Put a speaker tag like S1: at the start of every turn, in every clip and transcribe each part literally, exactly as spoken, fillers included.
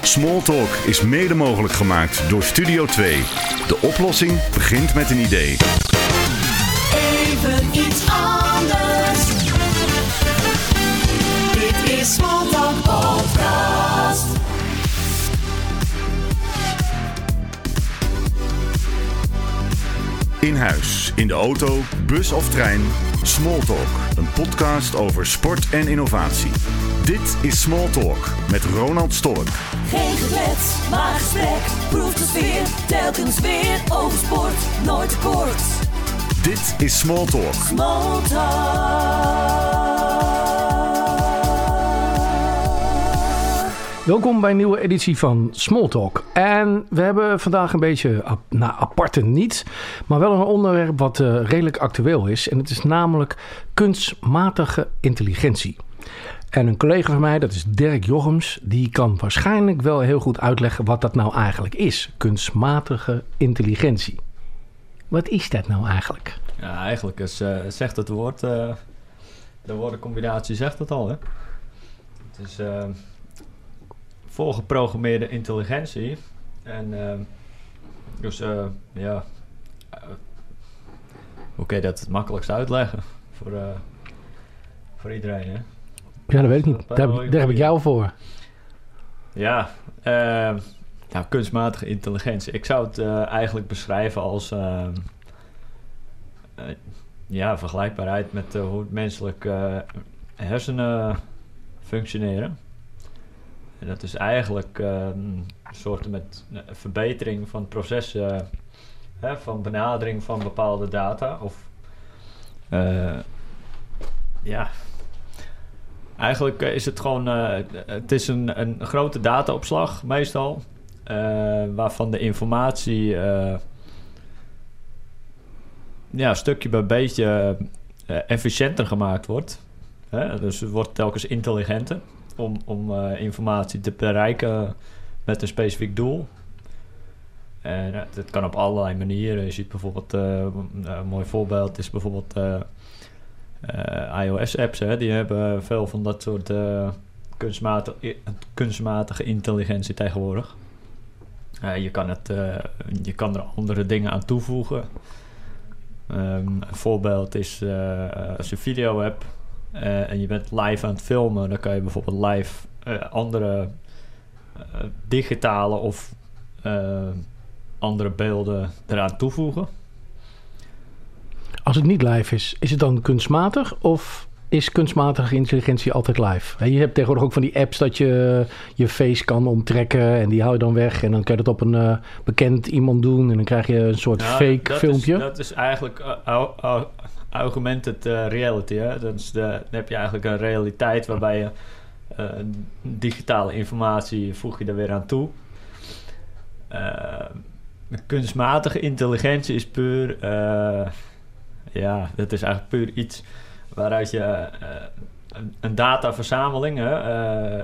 S1: Smalltalk is mede mogelijk gemaakt door Studio twee. De oplossing begint met een idee.
S2: Even iets anders. Dit is Smalltalk Podcast.
S1: In huis, in de auto, bus of trein. Smalltalk, een podcast over sport en innovatie. Dit is Smalltalk met Ronald Stork.
S2: Geen geklets, maar gesprek. Proef de sfeer, telkens weer over sport. Nooit te kort.
S1: Dit is Smalltalk.
S2: Smalltalk.
S3: Welkom bij een nieuwe editie van Smalltalk. En we hebben vandaag een beetje, nou aparte niet, maar wel een onderwerp wat uh, redelijk actueel is. En het is namelijk kunstmatige intelligentie. En een collega van mij, dat is Dirk Jochems, die kan waarschijnlijk wel heel goed uitleggen wat dat nou eigenlijk is. Kunstmatige intelligentie. Wat is dat nou eigenlijk?
S4: Ja, eigenlijk is, uh, zegt het woord, uh, de woordencombinatie zegt het al, hè. Het is uh, voorgeprogrammeerde intelligentie. En uh, dus, uh, ja, uh, hoe kun je dat het makkelijkst uitleggen voor, uh, voor iedereen, hè?
S3: Ja, dat weet ik niet. Daar, daar heb ik jou voor.
S4: Ja, uh, nou, kunstmatige intelligentie. Ik zou het uh, eigenlijk beschrijven als uh, uh, ja, vergelijkbaarheid met uh, hoe het menselijk uh, hersenen functioneren. En dat is eigenlijk uh, een soort met uh, verbetering van het proces uh, hè, van benadering van bepaalde data. Of uh, ja... Eigenlijk is het gewoon, uh, het is een, een grote dataopslag meestal, uh, waarvan de informatie uh, ja, stukje bij beetje uh, efficiënter gemaakt wordt. Hè? Dus het wordt telkens intelligenter om, om uh, informatie te bereiken met een specifiek doel. En uh, dat kan op allerlei manieren. Je ziet bijvoorbeeld, uh, een mooi voorbeeld is bijvoorbeeld... Uh, Uh, iOS-apps, hè, die hebben veel van dat soort uh, kunstmatige, kunstmatige intelligentie tegenwoordig. Uh, je, kan het, uh, je kan er andere dingen aan toevoegen. Um, een voorbeeld is uh, als je video hebt uh, en je bent live aan het filmen, dan kan je bijvoorbeeld live uh, andere uh, digitale of uh, andere beelden eraan toevoegen.
S3: Als het niet live is, is het dan kunstmatig of is kunstmatige intelligentie altijd live? Je hebt tegenwoordig ook van die apps dat je je face kan omtrekken en die hou je dan weg. En dan kan je dat op een uh, bekend iemand doen en dan krijg je een soort nou, fake
S4: dat
S3: filmpje.
S4: Is, dat is eigenlijk uh, uh, augmented uh, reality. Hè? Dat is de, dan heb je eigenlijk een realiteit waarbij je uh, digitale informatie voeg je er weer aan toe. Uh, kunstmatige intelligentie is puur... Uh, Ja, dat is eigenlijk puur iets waaruit je uh, een, een dataverzameling, hè, uh,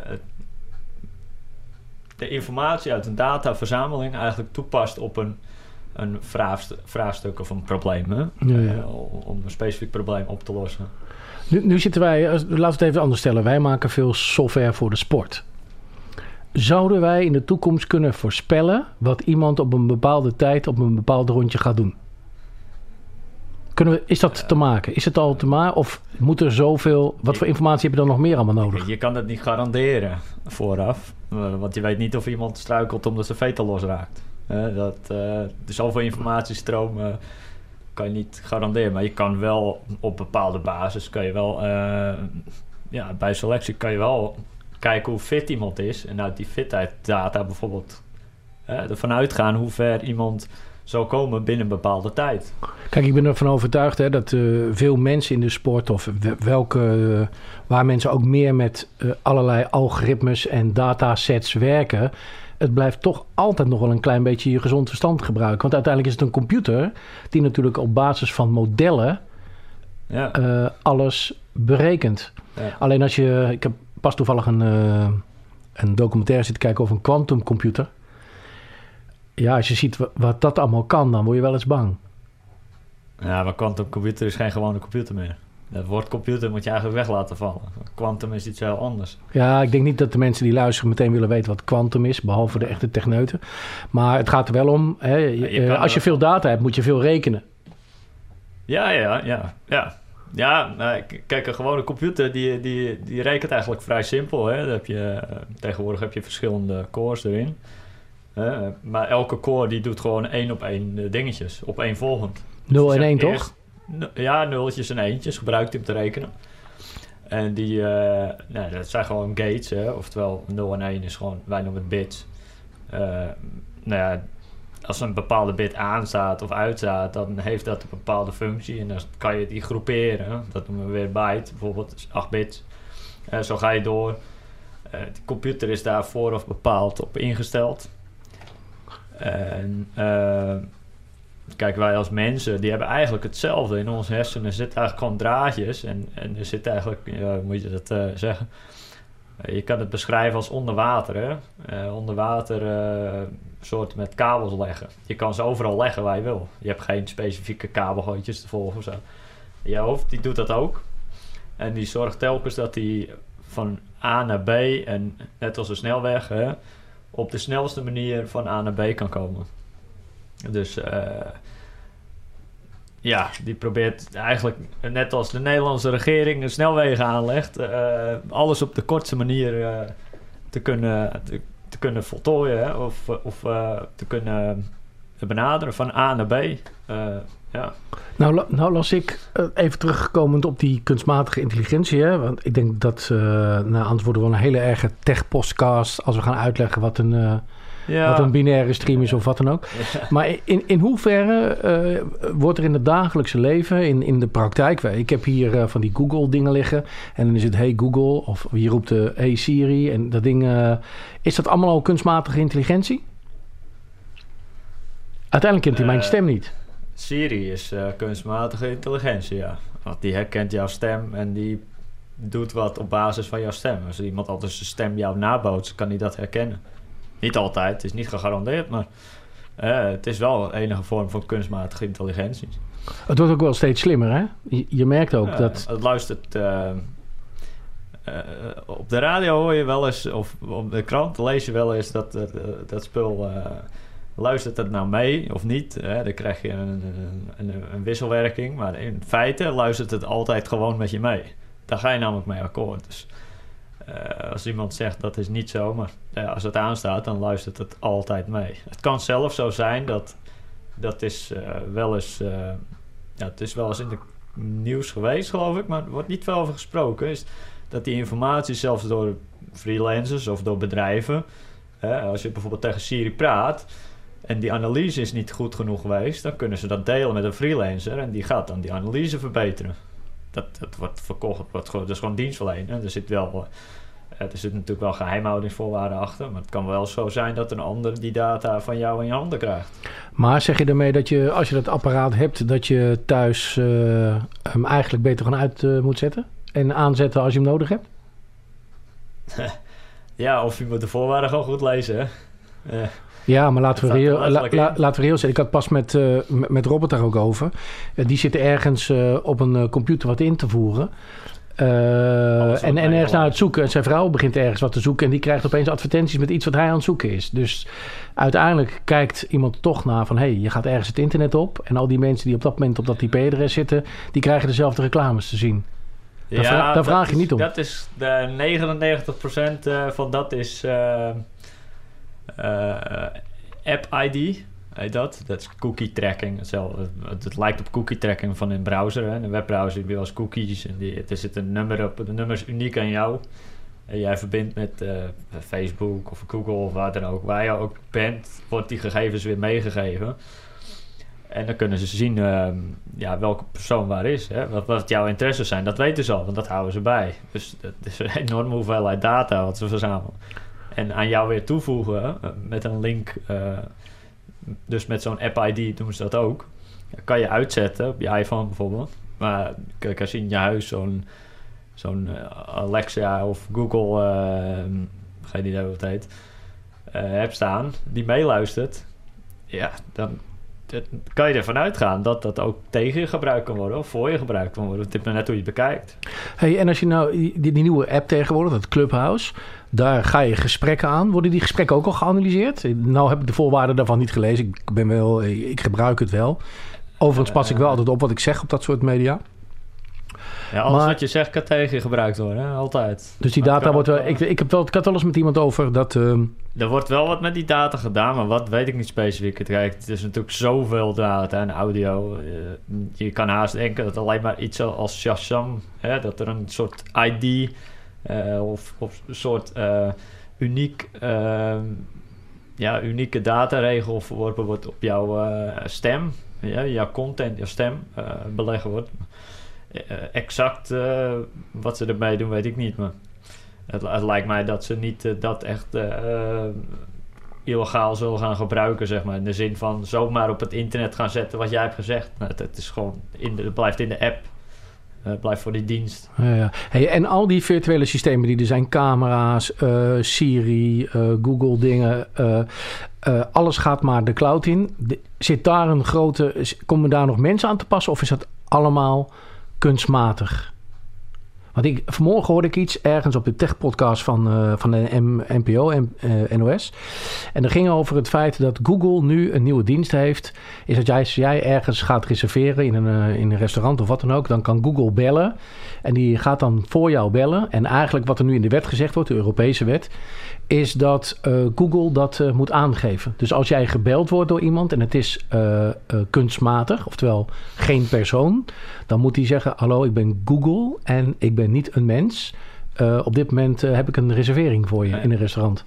S4: de informatie uit een dataverzameling eigenlijk toepast op een, een vraagst- vraagstuk of een probleem, hè, ja, ja. Uh, om een specifiek probleem op te lossen.
S3: Nu, nu zitten wij, laten we het even anders stellen, wij maken veel software voor de sport. Zouden wij in de toekomst kunnen voorspellen wat iemand op een bepaalde tijd op een bepaald rondje gaat doen? Kunnen we, is dat te maken? Is het al te maken? Of moet er zoveel... Wat voor informatie heb je dan nog meer allemaal nodig?
S4: Je kan het niet garanderen vooraf. Want je weet niet of iemand struikelt omdat zijn veter losraakt. Uh, dat, uh, zoveel informatiestroom uh, kan je niet garanderen. Maar je kan wel op bepaalde basis... Kan je wel, uh, ja, bij selectie kan je wel kijken hoe fit iemand is. En uit die fitheid-data bijvoorbeeld uh, ervan uitgaan hoe ver iemand... zou komen binnen een bepaalde tijd.
S3: Kijk, ik ben ervan overtuigd hè, dat uh, veel mensen in de sport... of welke, uh, waar mensen ook meer met uh, allerlei algoritmes en datasets werken... het blijft toch altijd nog wel een klein beetje je gezond verstand gebruiken. Want uiteindelijk is het een computer... die natuurlijk op basis van modellen... Ja. Uh, alles berekent. Ja. Alleen als je... Ik heb pas toevallig een, uh, een documentaire zitten kijken over een quantumcomputer... Ja, als je ziet wat dat allemaal kan, dan word je wel eens bang.
S4: Ja, maar quantumcomputer is geen gewone computer meer. Dat woord computer moet je eigenlijk weg laten vallen. Quantum is iets heel anders.
S3: Ja, ik denk niet dat de mensen die luisteren meteen willen weten wat quantum is, behalve de echte techneuten. Maar het gaat er wel om, hè, je,
S4: je kan
S3: als je veel data hebt, moet je veel rekenen.
S4: Ja, ja, ja, ja. Ja, nou, k- kijk, een gewone computer die, die, die rekent eigenlijk vrij simpel. Hè? Dan heb je, uh, tegenwoordig heb je verschillende cores erin. Uh, maar elke core die doet gewoon één op één uh, dingetjes, op één volgend.
S3: nul
S4: Dus
S3: en één,
S4: eerst,
S3: toch?
S4: N- ja, nulletjes en eentjes gebruikt hij om te rekenen. En die, uh, nou, dat zijn gewoon gates, hè? Oftewel nul en één is gewoon, wij noemen het bits. Uh, nou ja, als een bepaalde bit aanstaat of uitstaat, dan heeft dat een bepaalde functie. En dan kan je die groeperen. Dat noemen we weer byte, bijvoorbeeld, dus acht bits. Uh, zo ga je door. Uh, de computer is daar vooraf bepaald op ingesteld. En uh, kijk, wij als mensen, die hebben eigenlijk hetzelfde. In onze hersenen zitten eigenlijk gewoon draadjes. En, en er zit eigenlijk, ja, hoe moet je dat uh, zeggen? Uh, je kan het beschrijven als onder water, hè? Uh, onder water uh, soort met kabels leggen. Je kan ze overal leggen waar je wil. Je hebt geen specifieke kabelgootjes te volgen of zo. Je hoofd, die doet dat ook. En die zorgt telkens dat hij van A naar B, en net als een snelweg, hè, op de snelste manier van A naar B kan komen. Dus uh, ja, die probeert eigenlijk, net als de Nederlandse regering een snelwegen aanlegt, uh, alles op de kortste manier uh, te, kunnen, te, te kunnen voltooien, hè, of, of uh, te kunnen benaderen van A naar B. Uh, ja.
S3: Nou, la- nou las ik, uh, even terugkomend op die kunstmatige intelligentie. Hè? Want ik denk dat, uh, nou, anders worden we wel een hele erge tech-podcast als we gaan uitleggen wat een, uh,
S4: Ja.
S3: wat een binaire stream is of wat dan ook.
S4: Ja.
S3: Maar in, in hoeverre uh, wordt er in het dagelijkse leven, in, in de praktijk... Ik heb hier uh, van die Google-dingen liggen. En dan is het Hey Google, of je roept de Hey Siri. En dat ding, uh, is dat allemaal al kunstmatige intelligentie? Uiteindelijk kent hij
S4: Uh,
S3: mijn stem niet.
S4: Siri is uh, kunstmatige intelligentie, ja. Want die herkent jouw stem en die doet wat op basis van jouw stem. Als iemand anders zijn stem jou nabootst, kan hij dat herkennen. Niet altijd, het is niet gegarandeerd, maar uh, het is wel een enige vorm van kunstmatige intelligentie.
S3: Het wordt ook wel steeds slimmer, hè? Je, je merkt ook
S4: Ja,
S3: dat...
S4: Het luistert... Uh, uh, op de radio hoor je wel eens, of op de krant lees je wel eens dat uh, dat spul... Uh, luistert het nou mee of niet? Hè? Dan krijg je een, een, een wisselwerking. Maar in feite luistert het altijd gewoon met je mee. Daar ga je namelijk mee akkoord. Dus uh, als iemand zegt dat is niet zo, maar uh, als het aanstaat, dan luistert het altijd mee. Het kan zelfs zo zijn dat dat is uh, wel eens... Uh, ja, het is wel eens in het nieuws geweest, geloof ik, maar er wordt niet veel over gesproken. Is dat die informatie zelfs door freelancers of door bedrijven... Hè, als je bijvoorbeeld tegen Siri praat... en die analyse is niet goed genoeg geweest... dan kunnen ze dat delen met een freelancer... en die gaat dan die analyse verbeteren. Dat, dat wordt verkocht, wordt gewoon, dat is gewoon dienstverlenen. Er zit, wel, er zit natuurlijk wel geheimhoudingsvoorwaarden achter... maar het kan wel zo zijn dat een ander die data van jou in je handen krijgt.
S3: Maar zeg je daarmee dat je, als je dat apparaat hebt... dat je thuis uh, hem eigenlijk beter gewoon uit uh, moet zetten? En aanzetten als je hem nodig hebt?
S4: Ja, of je moet de voorwaarden gewoon goed lezen, hè? Uh.
S3: Ja, maar laten we, reëel, la,
S4: letterlijk
S3: la,
S4: in.
S3: laten we reëel zijn. Ik had pas met, uh, met, met Robert daar ook over. Uh, die zitten ergens uh, op een uh, computer wat in te voeren. Uh, en, en ergens naar het zoeken. En zijn vrouw begint ergens wat te zoeken. En die krijgt opeens advertenties met iets wat hij aan het zoeken is. Dus uiteindelijk kijkt iemand toch naar van... hé, hey, je gaat ergens het internet op. En al die mensen die op dat moment op dat I P-adres zitten... die krijgen dezelfde reclames te zien. Daar,
S4: ja,
S3: vra- daar vraag je
S4: is,
S3: niet om.
S4: Dat is de negenennegentig procent uh, van dat is uh, uh, app I D. Heet dat? Dat is cookie tracking. Hetzelfde. Het, het lijkt op cookie tracking van een browser. Hè. Een webbrowser heb je wel eens cookies. En die, er zit een nummer op. De nummer is uniek aan jou. En jij verbindt met uh, Facebook of Google of waar dan ook. Waar je ook bent, wordt die gegevens weer meegegeven. En dan kunnen ze zien uh, ja, welke persoon waar is. Hè? Wat, wat jouw interesses zijn. Dat weten ze al, want dat houden ze bij. Dus dat is een enorme hoeveelheid data wat ze verzamelen. En aan jou weer toevoegen uh, met een link. Uh, dus met zo'n app I D doen ze dat ook. Kan je uitzetten op je iPhone bijvoorbeeld. Maar kijk, als je in je huis zo'n, zo'n uh, Alexa of Google... Uh, geen idee hoe het heet. Uh, hebt staan. Die meeluistert. Ja, dan... het, kan je ervan uitgaan dat dat ook tegen je gebruikt kan worden of voor je gebruikt kan worden. Het is maar net hoe je het bekijkt.
S3: Hey, en als je nou die, die nieuwe app tegenwoordig, dat Clubhouse, daar ga je gesprekken aan. Worden die gesprekken ook al geanalyseerd? Nou heb ik de voorwaarden daarvan niet gelezen. Ik ben wel, ik gebruik het wel. Overigens pas ik wel altijd op wat ik zeg op dat soort media.
S4: Ja, alles
S3: maar,
S4: wat je zegt kan tegen je gebruikt worden, hè? Altijd.
S3: Dus die
S4: maar
S3: data wordt wel... Ik, ik, heb wel, ik had wel eens met iemand over dat... Uh,
S4: er wordt wel wat met die data gedaan, maar wat weet ik niet specifiek. Kijk, het is natuurlijk zoveel data en audio. Je, je kan haast denken dat alleen maar iets als Shazam, hè, dat er een soort I D uh, of, of een soort uh, uniek, uh, ja, unieke dataregel verworpen wordt op jouw uh, stem. Ja, jouw content, jouw stem uh, beleggen wordt. Uh, exact uh, wat ze ermee doen, weet ik niet. Maar het, het lijkt mij dat ze niet uh, dat echt uh, illegaal zullen gaan gebruiken, zeg maar. In de zin van zomaar op het internet gaan zetten wat jij hebt gezegd. Nou, het, het is gewoon in de, het blijft in de app. Uh, het blijft voor die dienst.
S3: Ja, ja. Hey, en al die virtuele systemen die er zijn, camera's, uh, Siri, uh, Google dingen, uh, uh, alles gaat maar de cloud in. De, zit daar een grote, komen daar nog mensen aan te passen of is dat allemaal kunstmatig? Want ik, vanmorgen hoorde ik iets ergens op de tech-podcast van, uh, van de M- N P O en uh, N O S. En dat ging over het feit dat Google nu een nieuwe dienst heeft. Is dat jij, als jij ergens gaat reserveren in een, uh, in een restaurant of wat dan ook, dan kan Google bellen. En die gaat dan voor jou bellen. En eigenlijk wat er nu in de wet gezegd wordt, de Europese wet, is dat uh, Google dat uh, moet aangeven. Dus als jij gebeld wordt door iemand en het is uh, uh, kunstmatig, oftewel geen persoon, dan moet hij zeggen, hallo, ik ben Google en ik ben niet een mens. Uh, op dit moment uh, heb ik een reservering voor je nee. in een restaurant.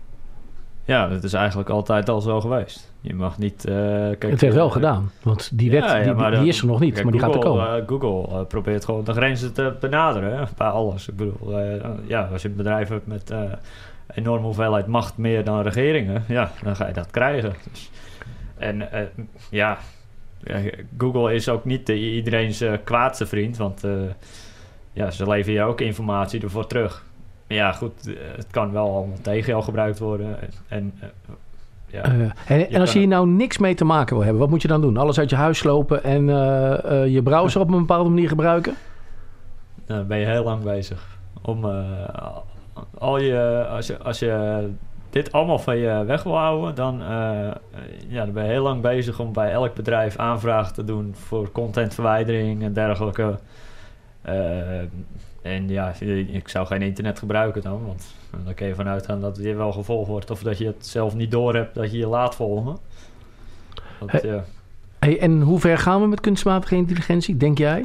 S4: Ja, dat is eigenlijk altijd al zo geweest. Je mag niet... Uh, kijk,
S3: het werd wel uh, gedaan, want die wet ja, ja, die, die, die is er nog niet, kijk, maar die
S4: Google,
S3: gaat er komen.
S4: Uh, Google uh, probeert gewoon de grenzen te benaderen, hè, bij alles. Ik bedoel, uh, ja, als je een bedrijf hebt met uh, enorme hoeveelheid macht meer dan regeringen, ja, dan ga je dat krijgen. Dus, en uh, ja, Google is ook niet uh, iedereen's uh, kwaadste vriend, want uh, ja, ze leveren je ook informatie ervoor terug. Ja, goed, het kan wel allemaal tegen jou gebruikt worden. En, uh, ja,
S3: uh, en, en als je hier nou niks mee te maken wil hebben, wat moet je dan doen? Alles uit je huis slopen en uh, uh, je browser op een bepaalde manier gebruiken?
S4: Dan ben je heel lang bezig. Om uh, al je, als je, als je dit allemaal van je weg wil houden, dan, uh, ja, dan ben je heel lang bezig om bij elk bedrijf aanvragen te doen voor contentverwijdering en dergelijke. Uh, En ja, ik zou geen internet gebruiken dan, want dan kun je vanuit gaan dat het je wel gevolgd wordt of dat je het zelf niet door hebt dat je je laat volgen. Dat,
S3: hey,
S4: ja.
S3: hey, en hoe ver gaan we met kunstmatige intelligentie, denk jij?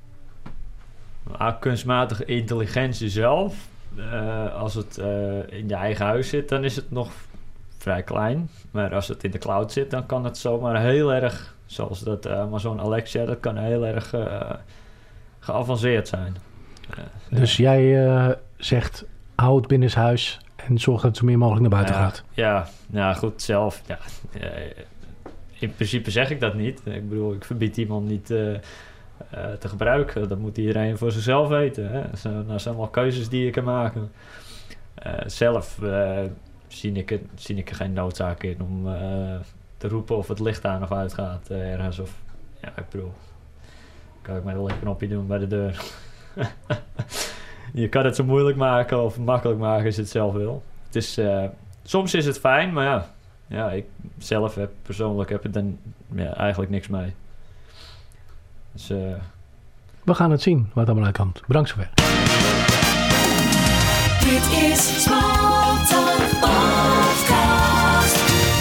S4: Ah, kunstmatige intelligentie zelf, uh, als het uh, in je eigen huis zit, dan is het nog vrij klein. Maar als het in de cloud zit, dan kan het zomaar heel erg, zoals dat uh, Amazon Alexa, dat kan heel erg uh, geavanceerd zijn.
S3: Uh, dus ja. jij uh, zegt, hou het binnenshuis en zorg dat het zo meer mogelijk naar buiten
S4: ja,
S3: gaat.
S4: Ja, nou goed, zelf. Ja, in principe zeg ik dat niet. Ik bedoel, ik verbied iemand niet uh, uh, te gebruiken. Dat moet iedereen voor zichzelf weten. Hè? Zo, dat zijn allemaal keuzes die je kan maken. Uh, zelf uh, zie, ik het, zie ik er geen noodzaak in om uh, te roepen of het licht aan of uit gaat uh, ergens. Of, ja, ik bedoel, kan ik met een lichtknopje doen bij de deur. Je kan het zo moeilijk maken of makkelijk maken als je het zelf wil. Het is, uh, soms is het fijn, maar ja, ja ik zelf heb persoonlijk heb er dan ja, eigenlijk niks mee. Dus, uh,
S3: we gaan het zien wat allemaal uitkomt. Bedankt zover.
S2: Dit is Smalltalk Podcast.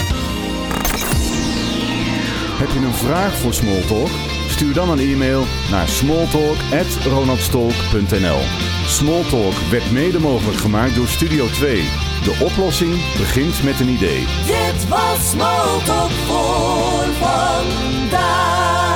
S1: Heb je een vraag voor Smalltalk? Stuur dan een e-mail naar smalltalk at ronaldstolk punt n l. Smalltalk werd mede mogelijk gemaakt door Studio twee. De oplossing begint met een idee.
S2: Dit was Smalltalk voor vandaag.